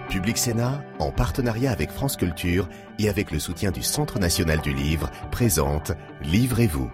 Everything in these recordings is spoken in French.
Public Sénat, en partenariat avec France Culture et avec le soutien du Centre national du livre, présente Livrez-vous.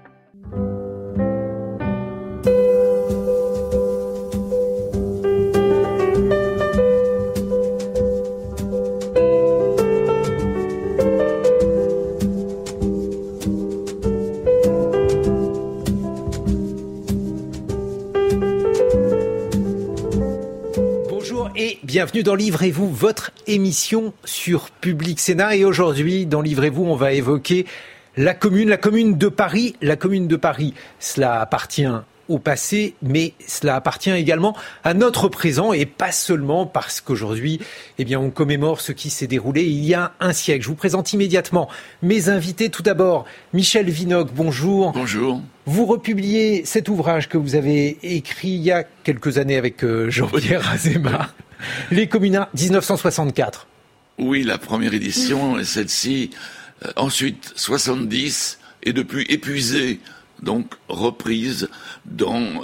Bienvenue dans Livrez-vous, votre émission sur Public Sénat. Et aujourd'hui, dans Livrez-vous, on va évoquer la commune de Paris. La commune de Paris, cela appartient au passé, mais cela appartient également à notre présent et pas seulement parce qu'aujourd'hui, on commémore ce qui s'est déroulé il y a un siècle. Je vous présente immédiatement mes invités. Tout d'abord, Michel Vinocq, bonjour. Bonjour. Vous republiez cet ouvrage que vous avez écrit il y a quelques années avec Jean-Pierre Azéma, Les Communards 1964. Oui, la première édition, et celle-ci, ensuite 70, et depuis épuisée, donc reprise dans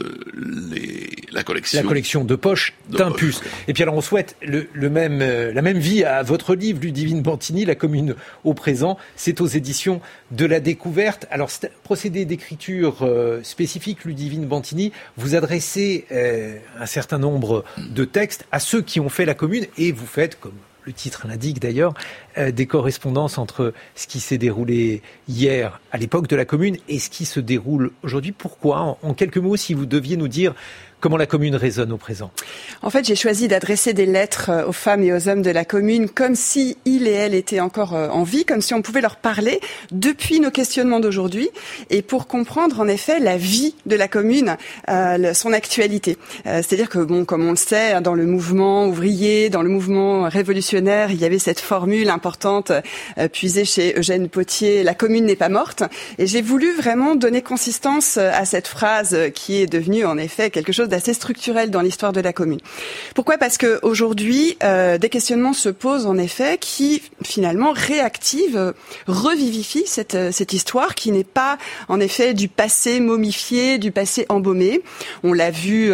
la collection. La collection de poche d'Impulse. Et puis alors on souhaite la même vie à votre livre, Ludivine Bantigny, La commune au présent. C'est aux éditions de la Découverte. Alors c'est un procédé d'écriture spécifique, Ludivine Bantigny. Vous adressez un certain nombre de textes à ceux qui ont fait la commune et vous faites, comme le titre l'indique d'ailleurs, des correspondances entre ce qui s'est déroulé hier à l'époque de la commune et ce qui se déroule aujourd'hui. Pourquoi ? En quelques mots, si vous deviez nous dire comment la commune résonne au présent. En fait, j'ai choisi d'adresser des lettres aux femmes et aux hommes de la commune comme si ils et elles étaient encore en vie, comme si on pouvait leur parler depuis nos questionnements d'aujourd'hui et pour comprendre en effet la vie de la commune, son actualité. C'est-à-dire que, comme on le sait, dans le mouvement ouvrier, dans le mouvement révolutionnaire, il y avait cette formule importante puisée chez Eugène Pottier, la commune n'est pas morte. Et j'ai voulu vraiment donner consistance à cette phrase qui est devenue en effet quelque chose d'assez structurel dans l'histoire de la commune. Pourquoi ? Parce que aujourd'hui, des questionnements se posent en effet qui finalement réactivent, revivifient cette histoire qui n'est pas en effet du passé momifié, du passé embaumé. On l'a vu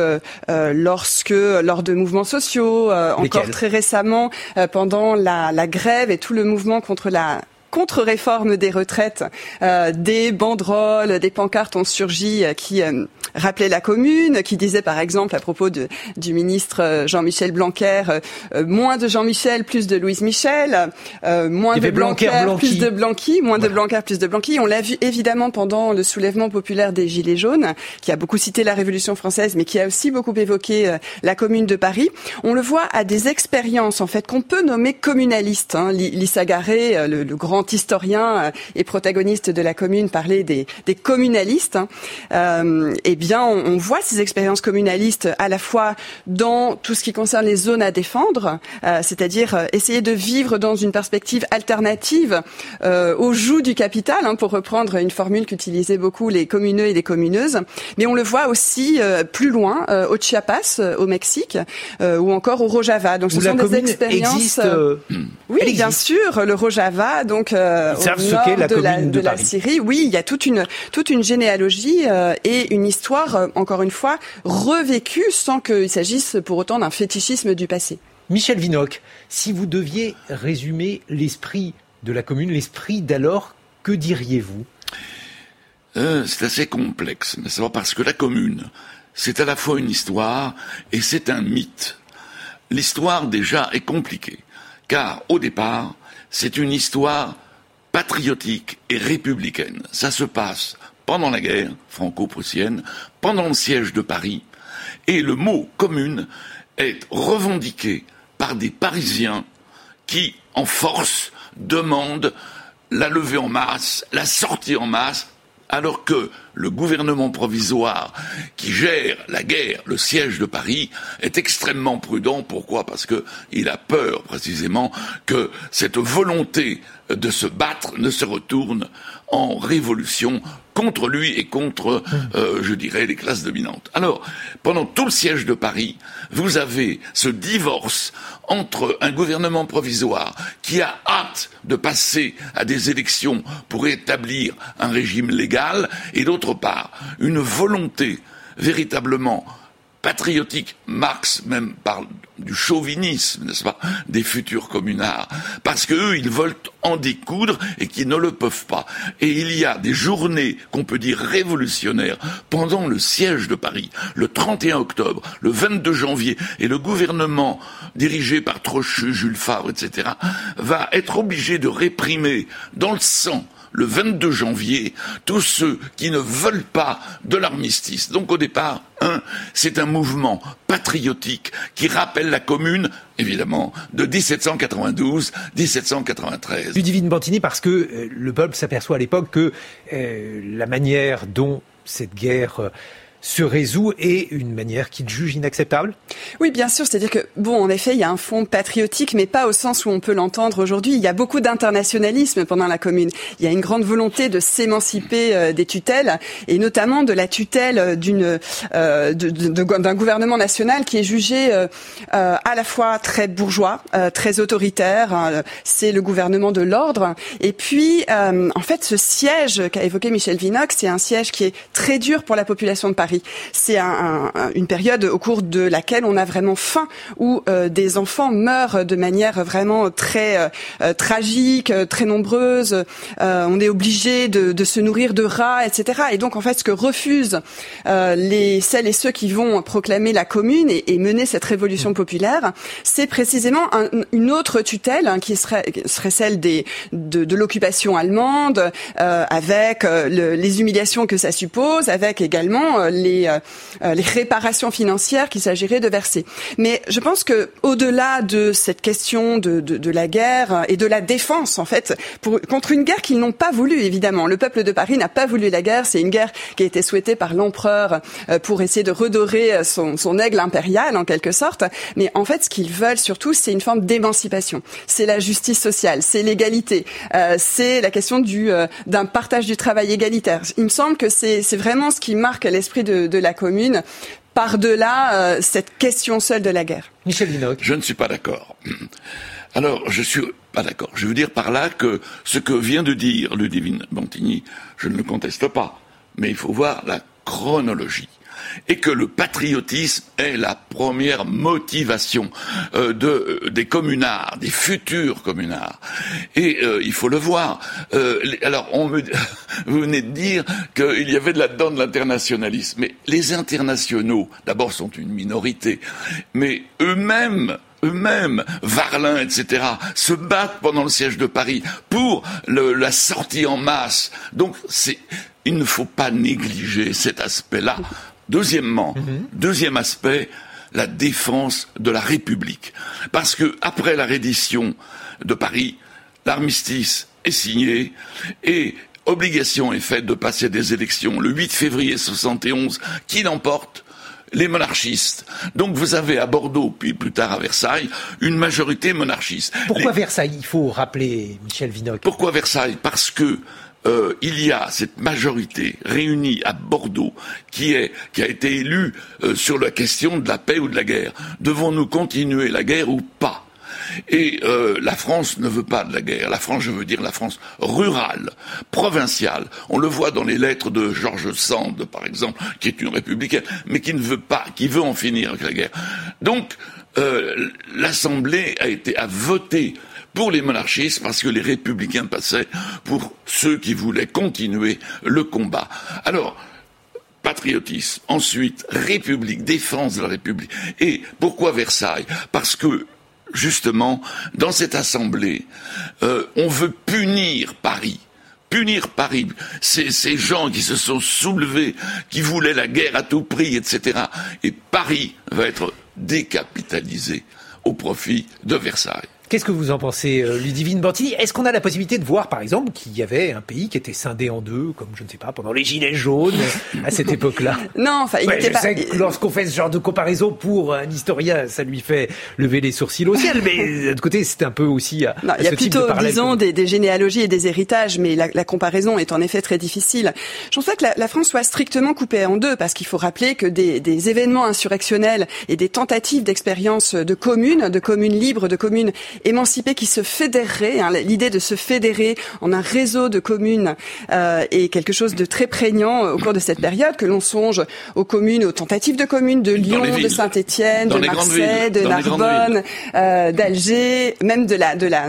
lors de mouvements sociaux, encore très récemment pendant la grève et tout le mouvement contre la contre-réforme des retraites, des banderoles, des pancartes ont surgi qui rappelaient la commune, qui disaient par exemple à propos du ministre Jean-Michel Blanquer, moins de Jean-Michel, plus de Louise Michel, moins de Blanquer, plus de Blanqui, moins de Blanquer, plus de Blanqui. On l'a vu évidemment pendant le soulèvement populaire des Gilets jaunes, qui a beaucoup cité la Révolution française, mais qui a aussi beaucoup évoqué la commune de Paris. On le voit à des expériences en fait qu'on peut nommer communalistes. Lissa Garé, le grand historien et protagoniste de la commune, parlait des communalistes. On voit ces expériences communalistes à la fois dans tout ce qui concerne les zones à défendre, c'est-à-dire essayer de vivre dans une perspective alternative au joug du capital, pour reprendre une formule qu'utilisaient beaucoup les communeux et les communeuses. Mais on le voit aussi plus loin, au Chiapas, au Mexique, ou encore au Rojava. Donc ce sont des expériences. Existe, oui, bien sûr, le Rojava, donc au nord de la Syrie. Oui, il y a toute une généalogie et une histoire, encore une fois, revécue sans qu'il s'agisse pour autant d'un fétichisme du passé. Michel Vinocq, si vous deviez résumer l'esprit de la commune, l'esprit d'alors, que diriez-vous ? C'est assez complexe, mais c'est parce que la commune, c'est à la fois une histoire et c'est un mythe. L'histoire déjà est compliquée, car au départ, c'est une histoire patriotique et républicaine. Ça se passe pendant la guerre franco-prussienne, pendant le siège de Paris, et le mot commune est revendiqué par des Parisiens qui, en force, demandent la levée en masse, la sortie en masse, alors que le gouvernement provisoire qui gère la guerre, le siège de Paris, est extrêmement prudent. Pourquoi ? Parce que il a peur, précisément, que cette volonté de se battre ne se retourne en révolution contre lui et contre, les classes dominantes. Alors, pendant tout le siège de Paris, vous avez ce divorce entre un gouvernement provisoire qui a hâte de passer à des élections pour établir un régime légal, et d'autre part, une volonté véritablement patriotique. Marx même parle du chauvinisme, n'est-ce pas, des futurs communards, parce que eux, ils veulent en découdre et qu'ils ne le peuvent pas. Et il y a des journées qu'on peut dire révolutionnaires pendant le siège de Paris, le 31 octobre, le 22 janvier, et le gouvernement dirigé par Trochu, Jules Favre, etc., va être obligé de réprimer dans le sang le 22 janvier, tous ceux qui ne veulent pas de l'armistice. Donc au départ, c'est un mouvement patriotique qui rappelle la Commune, évidemment, de 1792-1793. Ludivine Bantini, parce que le peuple s'aperçoit à l'époque que la manière dont cette guerre se résout est une manière qu'il juge inacceptable? Oui, bien sûr. C'est-à-dire que, en effet, il y a un fond patriotique, mais pas au sens où on peut l'entendre aujourd'hui. Il y a beaucoup d'internationalisme pendant la Commune. Il y a une grande volonté de s'émanciper des tutelles, et notamment de la tutelle d'un gouvernement national qui est jugé à la fois très bourgeois, très autoritaire. C'est le gouvernement de l'ordre. Et puis, en fait, ce siège qu'a évoqué Michel Vinocq, c'est un siège qui est très dur pour la population de Paris. C'est une période au cours de laquelle on a vraiment faim, où des enfants meurent de manière vraiment très tragique, très nombreuse. On est obligé de se nourrir de rats, etc. Et donc, en fait, ce que refusent celles et ceux qui vont proclamer la Commune et mener cette révolution populaire, c'est précisément une autre tutelle qui serait celle de l'occupation allemande, avec les humiliations que ça suppose, avec également les réparations financières qu'il s'agirait de verser. Mais je pense que au-delà de cette question de la guerre et de la défense, en fait, contre une guerre qu'ils n'ont pas voulu, évidemment. Le peuple de Paris n'a pas voulu la guerre. C'est une guerre qui a été souhaitée par l'empereur pour essayer de redorer son aigle impérial, en quelque sorte. Mais en fait, ce qu'ils veulent surtout, c'est une forme d'émancipation. C'est la justice sociale, c'est l'égalité, c'est la question d'un partage du travail égalitaire. Il me semble que c'est vraiment ce qui marque l'esprit de la Commune, par-delà cette question seule de la guerre. Michel Vinocq. Je ne suis pas d'accord. Alors, je suis pas d'accord. Je veux dire par là que ce que vient de dire Ludivine Bantini, je ne le conteste pas, mais il faut voir la chronologie. Et que le patriotisme est la première motivation des communards, des futurs communards. Et il faut le voir. Alors, vous venez de dire qu'il y avait là-dedans de l'internationalisme. Mais les internationaux, d'abord, sont une minorité. Mais eux-mêmes, Varlin, etc., se battent pendant le siège de Paris pour la sortie en masse. Donc, il ne faut pas négliger cet aspect-là. Deuxièmement, deuxième aspect, la défense de la République. Parce que après la reddition de Paris, l'armistice est signé et obligation est faite de passer des élections le 8 février 71. Qui l'emporte ? Les monarchistes. Donc vous avez à Bordeaux, puis plus tard à Versailles, une majorité monarchiste. Pourquoi Versailles ? Il faut rappeler, Michel Vinocq. Pourquoi Versailles ? Parce que il y a cette majorité réunie à Bordeaux qui a été élue sur la question de la paix ou de la guerre. Devons-nous continuer la guerre ou pas ? Et la France ne veut pas de la guerre. La France, je veux dire la France rurale, provinciale. On le voit dans les lettres de George Sand, par exemple, qui est une républicaine, mais qui ne veut pas, qui veut en finir avec la guerre. Donc, l'Assemblée a voté pour les monarchistes parce que les républicains passaient pour ceux qui voulaient continuer le combat. Alors, patriotisme, ensuite République, défense de la République. Et pourquoi Versailles ? Parce que, justement, dans cette assemblée, on veut punir Paris. Punir Paris, ces gens qui se sont soulevés, qui voulaient la guerre à tout prix, etc. Et Paris va être décapitalisé au profit de Versailles. Qu'est-ce que vous en pensez, Ludivine Bantini ? Est-ce qu'on a la possibilité de voir, par exemple, qu'il y avait un pays qui était scindé en deux, comme, je ne sais pas, pendant les Gilets jaunes, à cette époque-là ? Non, enfin, il n'était pas... Je sais que lorsqu'on fait ce genre de comparaison, pour un historien, ça lui fait lever les sourcils au ciel, mais de l'autre côté, c'est un peu aussi à non, il y a ce plutôt, type de parallèle. Disons, des généalogies et des héritages, mais la comparaison est en effet très difficile. Je pense pas que la France soit strictement coupée en deux, parce qu'il faut rappeler que des événements insurrectionnels et des tentatives d'expérience de communes libres, de communes émancipées qui se fédéreraient. L'idée de se fédérer en un réseau de communes est quelque chose de très prégnant au cours de cette période, que l'on songe aux communes, aux tentatives de communes de Lyon, de Saint-Étienne, de Marseille, de Narbonne, d'Alger, même de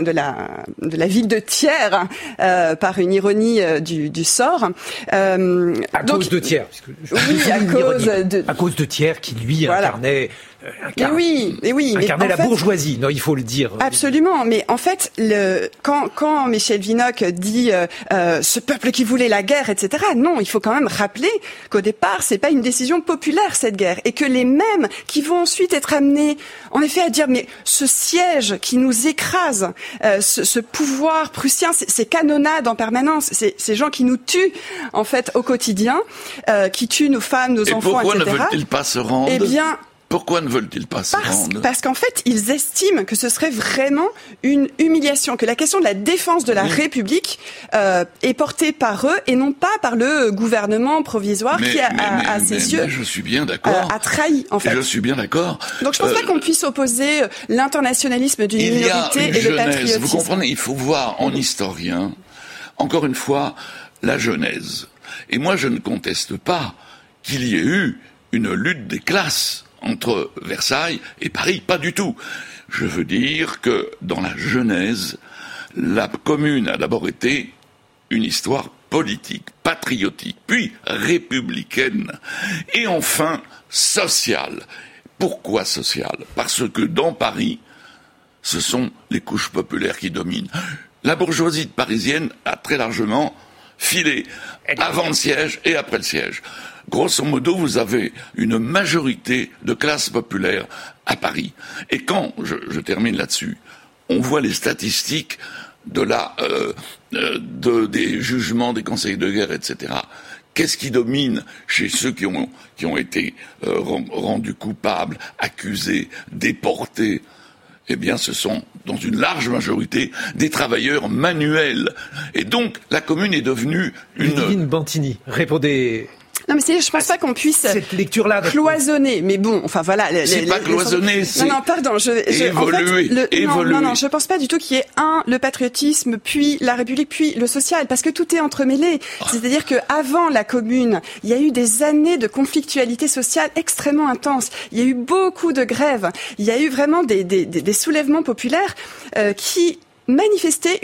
la ville de Thiers, par une ironie du sort. Cause de Thiers. Oui, à cause de Thiers qui lui incarnait. Incarner la bourgeoisie, non, il faut le dire. Absolument, mais en fait, quand Michel Vinocq dit ce peuple qui voulait la guerre, etc. Non, il faut quand même rappeler qu'au départ, c'est pas une décision populaire cette guerre, et que les mêmes qui vont ensuite être amenés, en effet, à dire mais ce siège qui nous écrase, ce pouvoir prussien, ces canonnades en permanence, ces gens qui nous tuent en fait au quotidien, qui tuent nos femmes, nos enfants, etc. Et pourquoi ne veulent-ils pas se rendre ? Eh bien, pourquoi ne veulent-ils pas se rendre ? Parce qu'en fait, ils estiment que ce serait vraiment une humiliation, que la question de la défense de la République est portée par eux et non pas par le gouvernement provisoire qui, à ses yeux, je suis bien d'accord. A trahi, en fait. Je suis bien d'accord. Donc je pense pas qu'on puisse opposer l'internationalisme d'une minorité et le patriotisme. Vous comprenez, il faut voir en historien, encore une fois, la Genèse. Et moi, je ne conteste pas qu'il y ait eu une lutte des classes entre Versailles et Paris, pas du tout. Je veux dire que dans la Genèse, la commune a d'abord été une histoire politique, patriotique, puis républicaine, et enfin sociale. Pourquoi sociale ? Parce que dans Paris, ce sont les couches populaires qui dominent. La bourgeoisie parisienne a très largement filé avant le siège et après le siège. Grosso modo, vous avez une majorité de classes populaires à Paris. Et quand, je termine là-dessus, on voit les statistiques des jugements des conseils de guerre, etc. Qu'est-ce qui domine chez ceux qui ont été rendus coupables, accusés, déportés ? Eh bien, ce sont, dans une large majorité, des travailleurs manuels. Et donc, la commune est devenue Ludivine Bantini, répondez... Non, mais je pense pas qu'on puisse cette lecture-là cloisonner. Mais bon, enfin voilà. C'est pas cloisonner, c'est non, pardon. évoluer. Non, je pense pas du tout qu'il y ait le patriotisme, puis la République, puis le social, parce que tout est entremêlé. C'est-à-dire que avant la Commune, il y a eu des années de conflictualité sociale extrêmement intense. Il y a eu beaucoup de grèves. Il y a eu vraiment des soulèvements populaires qui manifester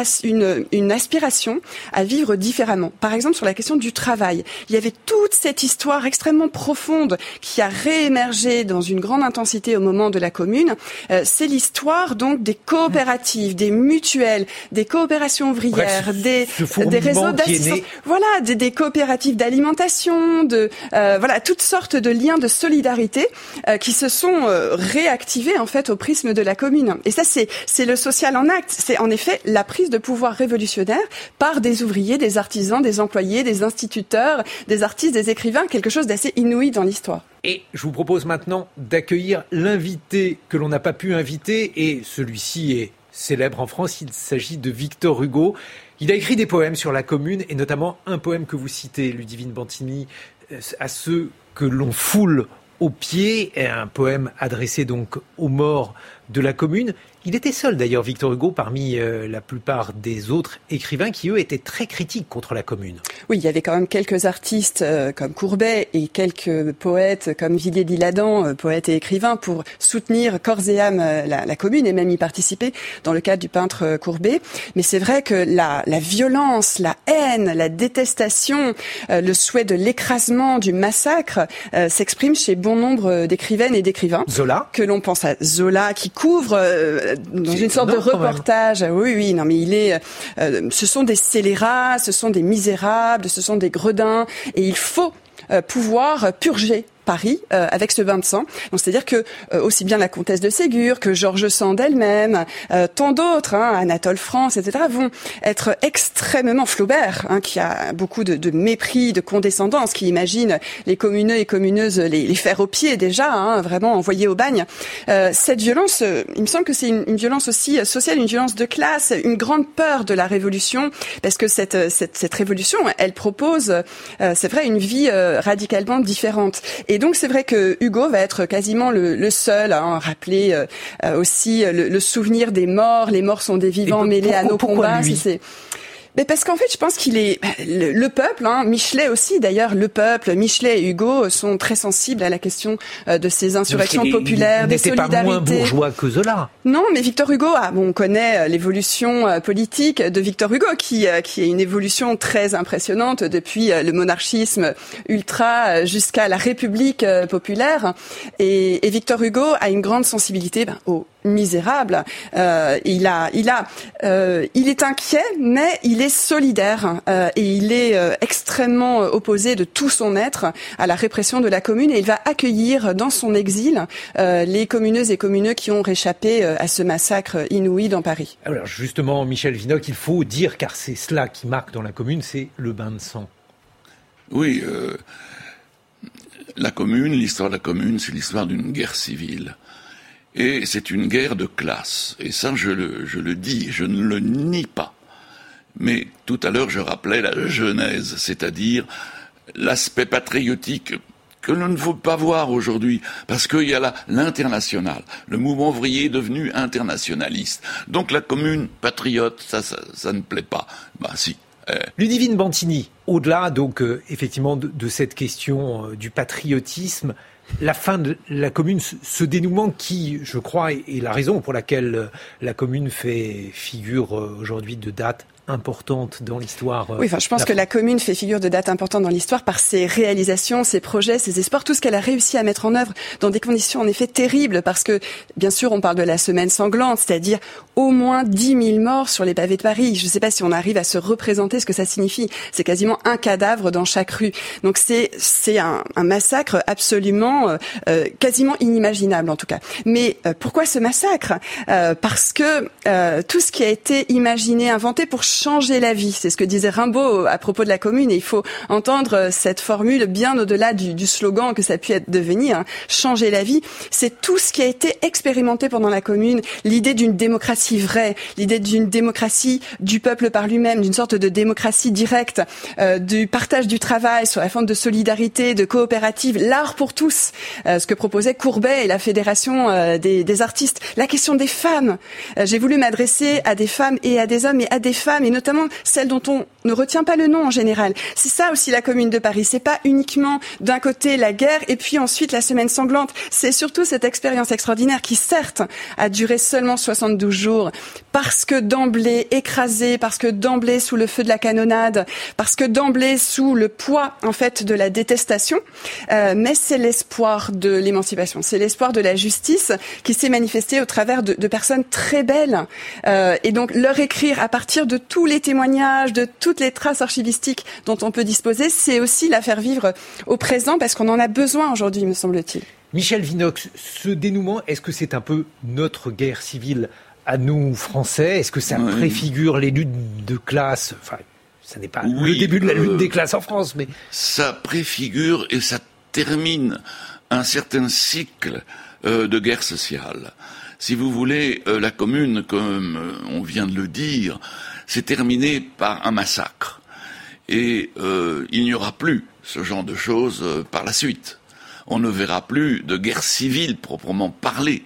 une aspiration à vivre différemment. Par exemple, sur la question du travail. Il y avait toute cette histoire extrêmement profonde qui a réémergé dans une grande intensité au moment de la Commune. C'est l'histoire donc des coopératives, des mutuelles, des coopérations ouvrières, des réseaux d'assistance. Voilà, des coopératives d'alimentation, voilà, toutes sortes de liens de solidarité qui se sont réactivés en fait au prisme de la Commune. Et ça, c'est le social en acte. C'est en effet la prise de pouvoir révolutionnaire par des ouvriers, des artisans, des employés, des instituteurs, des artistes, des écrivains, quelque chose d'assez inouï dans l'histoire. Et je vous propose maintenant d'accueillir l'invité que l'on n'a pas pu inviter, et celui-ci est célèbre en France, il s'agit de Victor Hugo. Il a écrit des poèmes sur la Commune, et notamment un poème que vous citez, Ludivine Bantini, à ceux que l'on foule aux pieds, un poème adressé donc aux morts de la Commune. Il était seul d'ailleurs, Victor Hugo, parmi la plupart des autres écrivains qui, eux, étaient très critiques contre la Commune. Oui, il y avait quand même quelques artistes comme Courbet et quelques poètes comme Villiers d'Isle-Adam, poète et écrivain, pour soutenir corps et âme la Commune et même y participer dans le cadre du peintre Courbet. Mais c'est vrai que la violence, la haine, la détestation, le souhait de l'écrasement, du massacre s'exprime chez bon nombre d'écrivaines et d'écrivains. Zola. Que l'on pense à Zola, qui couvre dans une sorte de reportage. Oui, non, mais ce sont des scélérats, ce sont des misérables, ce sont des gredins, et il faut pouvoir purger Paris avec ce bain de sang. Donc c'est-à-dire que aussi bien la comtesse de Ségur que George Sand elle-même, tant d'autres, Anatole France, etc., vont être extrêmement Flaubert, qui a beaucoup de mépris, de condescendance, qui imagine les communeux et communeuses les faire au pied déjà, vraiment envoyés au bagne. Cette violence, il me semble que c'est une violence aussi sociale, une violence de classe, une grande peur de la révolution, parce que cette révolution, elle propose, c'est vrai, une vie radicalement différente. Et donc c'est vrai que Hugo va être quasiment le seul à rappeler aussi le souvenir des morts. Les morts sont des vivants mêlés à nos combats. Mais parce qu'en fait, je pense qu'il est le peuple, Michelet aussi d'ailleurs, le peuple, Michelet et Hugo sont très sensibles à la question de ces insurrections populaires, des solidarités. Pas moins bourgeois que Zola. Non, mais Victor Hugo, on connaît l'évolution politique de Victor Hugo, qui est une évolution très impressionnante depuis le monarchisme ultra jusqu'à la République populaire. Et Victor Hugo a une grande sensibilité aux misérables. Il est inquiet, mais il est solidaire et il est extrêmement opposé de tout son être à la répression de la Commune, et il va accueillir dans son exil les communeuses et communeux qui ont réchappé à ce massacre inouï dans Paris. Alors justement, Michel Vinocq, il faut dire, car c'est cela qui marque dans la Commune, c'est le bain de sang. Oui, la Commune, l'histoire de la Commune, c'est l'histoire d'une guerre civile. Et c'est une guerre de classe. Et ça, je le dis, je ne le nie pas. Mais tout à l'heure, je rappelais la genèse, c'est-à-dire l'aspect patriotique que l'on ne faut pas voir aujourd'hui, parce qu'il y a l'international. Le mouvement ouvrier est devenu internationaliste. Donc la Commune patriote, ça ne plaît pas. Bah si. Ludivine Bantigny, au-delà donc effectivement de cette question du patriotisme, la fin de la Commune, ce dénouement qui, je crois, est la raison pour laquelle la Commune fait figure aujourd'hui de date importante dans l'histoire. Oui, je pense que la Commune fait figure de date importante dans l'histoire par ses réalisations, ses projets, ses espoirs, tout ce qu'elle a réussi à mettre en œuvre dans des conditions en effet terribles, parce que, bien sûr, on parle de la semaine sanglante, c'est-à-dire au moins 10 000 morts sur les pavés de Paris. Je ne sais pas si on arrive à se représenter ce que ça signifie. C'est quasiment un cadavre dans chaque rue. Donc c'est un massacre absolument, quasiment inimaginable en tout cas. Mais pourquoi ce massacre ? Parce que tout ce qui a été imaginé, inventé pour changer la vie, c'est ce que disait Rimbaud à propos de la Commune, et il faut entendre cette formule bien au-delà du slogan que ça a pu devenir, changer la vie, c'est tout ce qui a été expérimenté pendant la Commune, l'idée d'une démocratie vraie, l'idée d'une démocratie du peuple par lui-même, d'une sorte de démocratie directe, du partage du travail sur la forme de solidarité, de coopérative, l'art pour tous, ce que proposait Courbet et la Fédération des artistes, la question des femmes. J'ai voulu m'adresser à des femmes et à des hommes, et à des femmes, et notamment celles dont on ne retient pas le nom en général. C'est ça aussi la Commune de Paris. C'est pas uniquement d'un côté la guerre et puis ensuite la semaine sanglante. C'est surtout cette expérience extraordinaire qui, certes, a duré seulement 72 jours, parce que d'emblée écrasée, parce que d'emblée sous le feu de la canonnade, parce que d'emblée sous le poids, en fait, de la détestation. Mais c'est l'espoir de l'émancipation. C'est l'espoir de la justice qui s'est manifesté au travers de personnes très belles. Et donc, leur écrire à partir de tous les témoignages, de toutes les traces archivistiques dont on peut disposer, c'est aussi la faire vivre au présent, parce qu'on en a besoin aujourd'hui, me semble-t-il. Michel Vinocq, ce dénouement, est-ce que c'est un peu notre guerre civile à nous, Français ? Est-ce que ça préfigure les luttes de classe ? Enfin, ça n'est pas le début de la lutte des classes en France, mais... Ça préfigure et ça termine un certain cycle de guerre sociale. Si vous voulez, la Commune, comme on vient de le dire, s'est terminée par un massacre. Et il n'y aura plus ce genre de choses par la suite. On ne verra plus de guerre civile proprement parlée.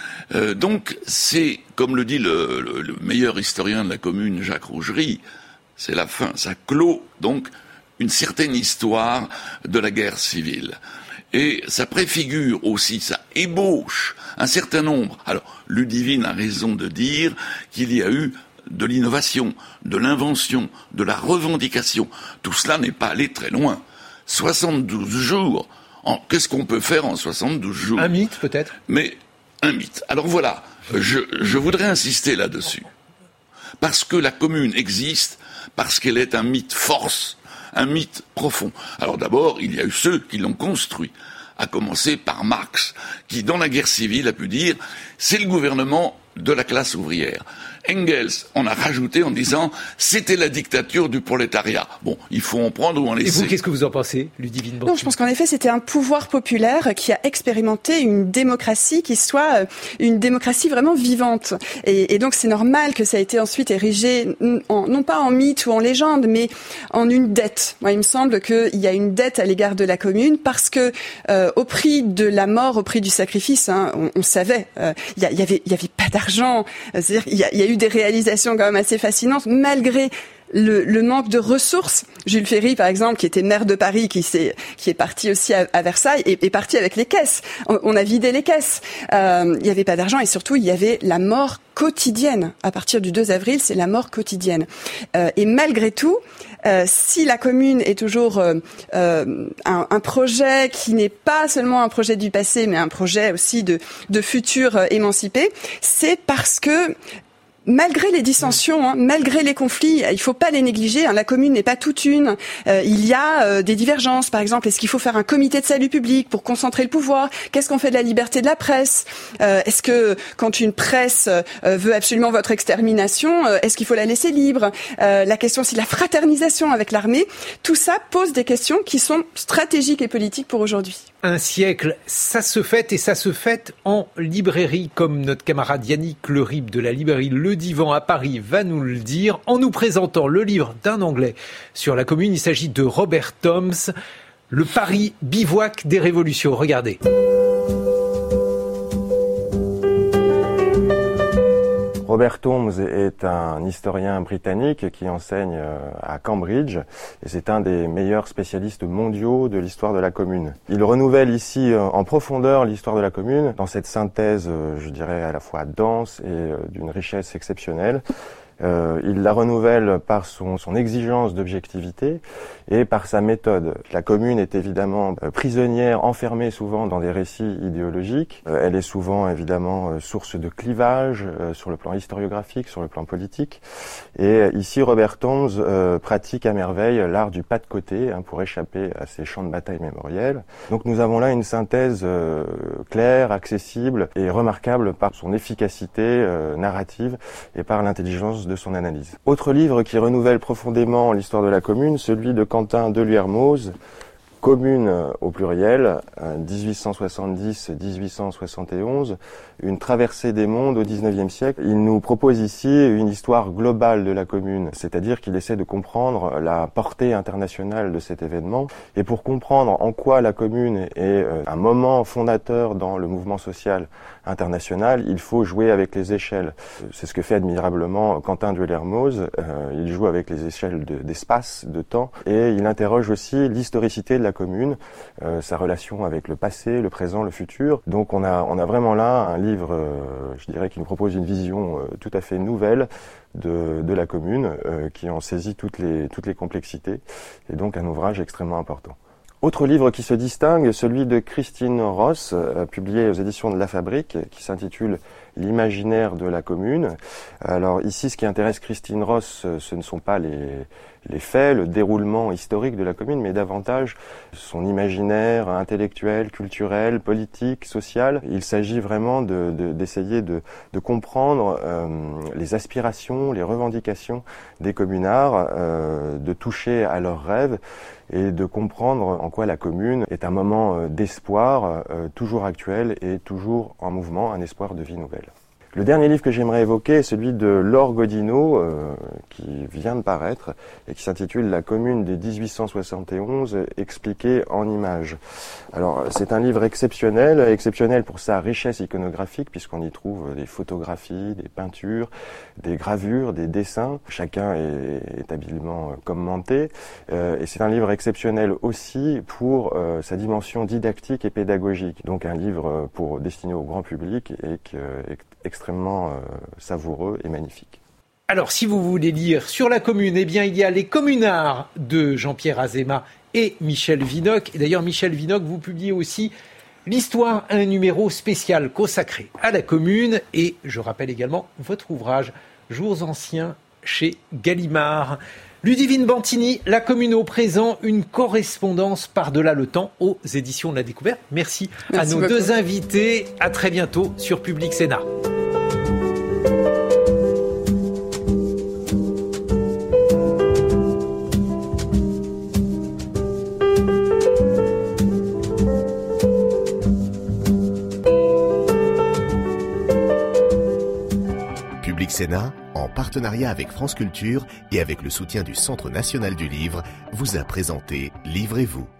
Donc c'est, comme le dit le meilleur historien de la Commune, Jacques Rougerie, c'est la fin. Ça clôt donc une certaine histoire de la guerre civile. Et ça préfigure aussi, ça ébauche un certain nombre. Alors, Ludivine a raison de dire qu'il y a eu de l'innovation, de l'invention, de la revendication. Tout cela n'est pas allé très loin. 72 jours, qu'est-ce qu'on peut faire en 72 jours ? Un mythe, peut-être ? Mais un mythe. Alors voilà, je voudrais insister là-dessus. Parce que la Commune existe, parce qu'elle est un mythe force, un mythe profond. Alors d'abord, il y a eu ceux qui l'ont construit, à commencer par Marx, qui dans la guerre civile a pu dire « c'est le gouvernement de la classe ouvrière. Engels en a rajouté en disant c'était la dictature du prolétariat. Bon, il faut en prendre ou en laisser. Et vous, qu'est-ce que vous en pensez, Ludivine Bantini ? Non, je pense qu'en effet, c'était un pouvoir populaire qui a expérimenté une démocratie qui soit une démocratie vraiment vivante. Et donc, c'est normal que ça a été ensuite érigé, non pas en mythe ou en légende, mais en une dette. Moi, il me semble qu'il y a une dette à l'égard de la commune parce que au prix de la mort, au prix du sacrifice, on savait, il y avait pas d'argent. C'est-à-dire, il y a eu des réalisations quand même assez fascinantes, malgré le manque de ressources. Jules Ferry, par exemple, qui était maire de Paris, qui est parti aussi à Versailles, est parti avec les caisses. On a vidé les caisses. Il n'y avait pas d'argent et surtout, il y avait la mort quotidienne. À partir du 2 avril, c'est la mort quotidienne. Et malgré tout, si la commune est toujours un projet qui n'est pas seulement un projet du passé, mais un projet aussi de futur émancipé, c'est parce que malgré les dissensions, malgré les conflits, il faut pas les négliger. La commune n'est pas toute une. Il y a des divergences. Par exemple, est-ce qu'il faut faire un comité de salut public pour concentrer le pouvoir ? Qu'est-ce qu'on fait de la liberté de la presse ? Est-ce que quand une presse veut absolument votre extermination, est-ce qu'il faut la laisser libre ? La question aussi de la fraternisation avec l'armée. Tout ça pose des questions qui sont stratégiques et politiques pour aujourd'hui. Un siècle, ça se fête et ça se fête en librairie, comme notre camarade Yannick Le Rib de la librairie Le Divan à Paris va nous le dire en nous présentant le livre d'un Anglais sur la commune. Il s'agit de Robert Toms, Le Paris bivouac des révolutions. Regardez. Robert Toms est un historien britannique qui enseigne à Cambridge et c'est un des meilleurs spécialistes mondiaux de l'histoire de la commune. Il renouvelle ici en profondeur l'histoire de la commune dans cette synthèse, je dirais, à la fois dense et d'une richesse exceptionnelle. Il la renouvelle par son exigence d'objectivité et par sa méthode. La commune est évidemment prisonnière, enfermée souvent dans des récits idéologiques. Elle est souvent évidemment source de clivage sur le plan historiographique, sur le plan politique. Et ici, Robert Toms pratique à merveille l'art du pas de côté pour échapper à ces champs de bataille mémoriels. Donc nous avons là une synthèse claire, accessible et remarquable par son efficacité narrative et par l'intelligence de son analyse. Autre livre qui renouvelle profondément l'histoire de la commune, celui de Quentin Deluermoz, Commune au pluriel, 1870-1871, une traversée des mondes au XIXe siècle. Il nous propose ici une histoire globale de la commune, c'est-à-dire qu'il essaie de comprendre la portée internationale de cet événement. Et pour comprendre en quoi la commune est un moment fondateur dans le mouvement social international, il faut jouer avec les échelles. C'est ce que fait admirablement Quentin Deluermoz. Il joue avec les échelles d'espace, de temps, et il interroge aussi l'historicité de la commune, sa relation avec le passé, le présent, le futur. Donc on a vraiment là un livre, je dirais, qui nous propose une vision tout à fait nouvelle de la commune, qui en saisit toutes les complexités, et donc un ouvrage extrêmement important. Autre livre qui se distingue, celui de Christine Ross, publié aux éditions de La Fabrique, qui s'intitule L'imaginaire de la commune. Alors ici, ce qui intéresse Christine Ross, ce ne sont pas les faits, le déroulement historique de la commune, mais davantage son imaginaire intellectuel, culturel, politique, social. Il s'agit vraiment d'essayer de comprendre les aspirations, les revendications des communards, de toucher à leurs rêves et de comprendre en quoi la commune est un moment d'espoir toujours actuel et toujours en mouvement, un espoir de vie nouvelle. Le dernier livre que j'aimerais évoquer est celui de Laure Godineau, qui vient de paraître et qui s'intitule La commune des 1871, expliquée en images. Alors, c'est un livre exceptionnel pour sa richesse iconographique, puisqu'on y trouve des photographies, des peintures, des gravures, des dessins. Chacun est habilement commenté. Et c'est un livre exceptionnel aussi pour sa dimension didactique et pédagogique. Donc un livre destiné au grand public et extrêmement savoureux et magnifique. Alors, si vous voulez lire sur la commune, eh bien, il y a Les Communards de Jean-Pierre Azéma et Michel Vinocq. Et d'ailleurs, Michel Vinocq, vous publiez aussi l'histoire, un numéro spécial consacré à la commune. Et je rappelle également votre ouvrage Jours anciens chez Gallimard. Ludivine Bantini, La commune au présent, une correspondance par-delà le temps aux éditions de la Découverte. Merci à nos deux invités. À très bientôt sur Public Sénat. Public Sénat, en partenariat avec France Culture et avec le soutien du Centre national du livre, vous a présenté Livrez-vous.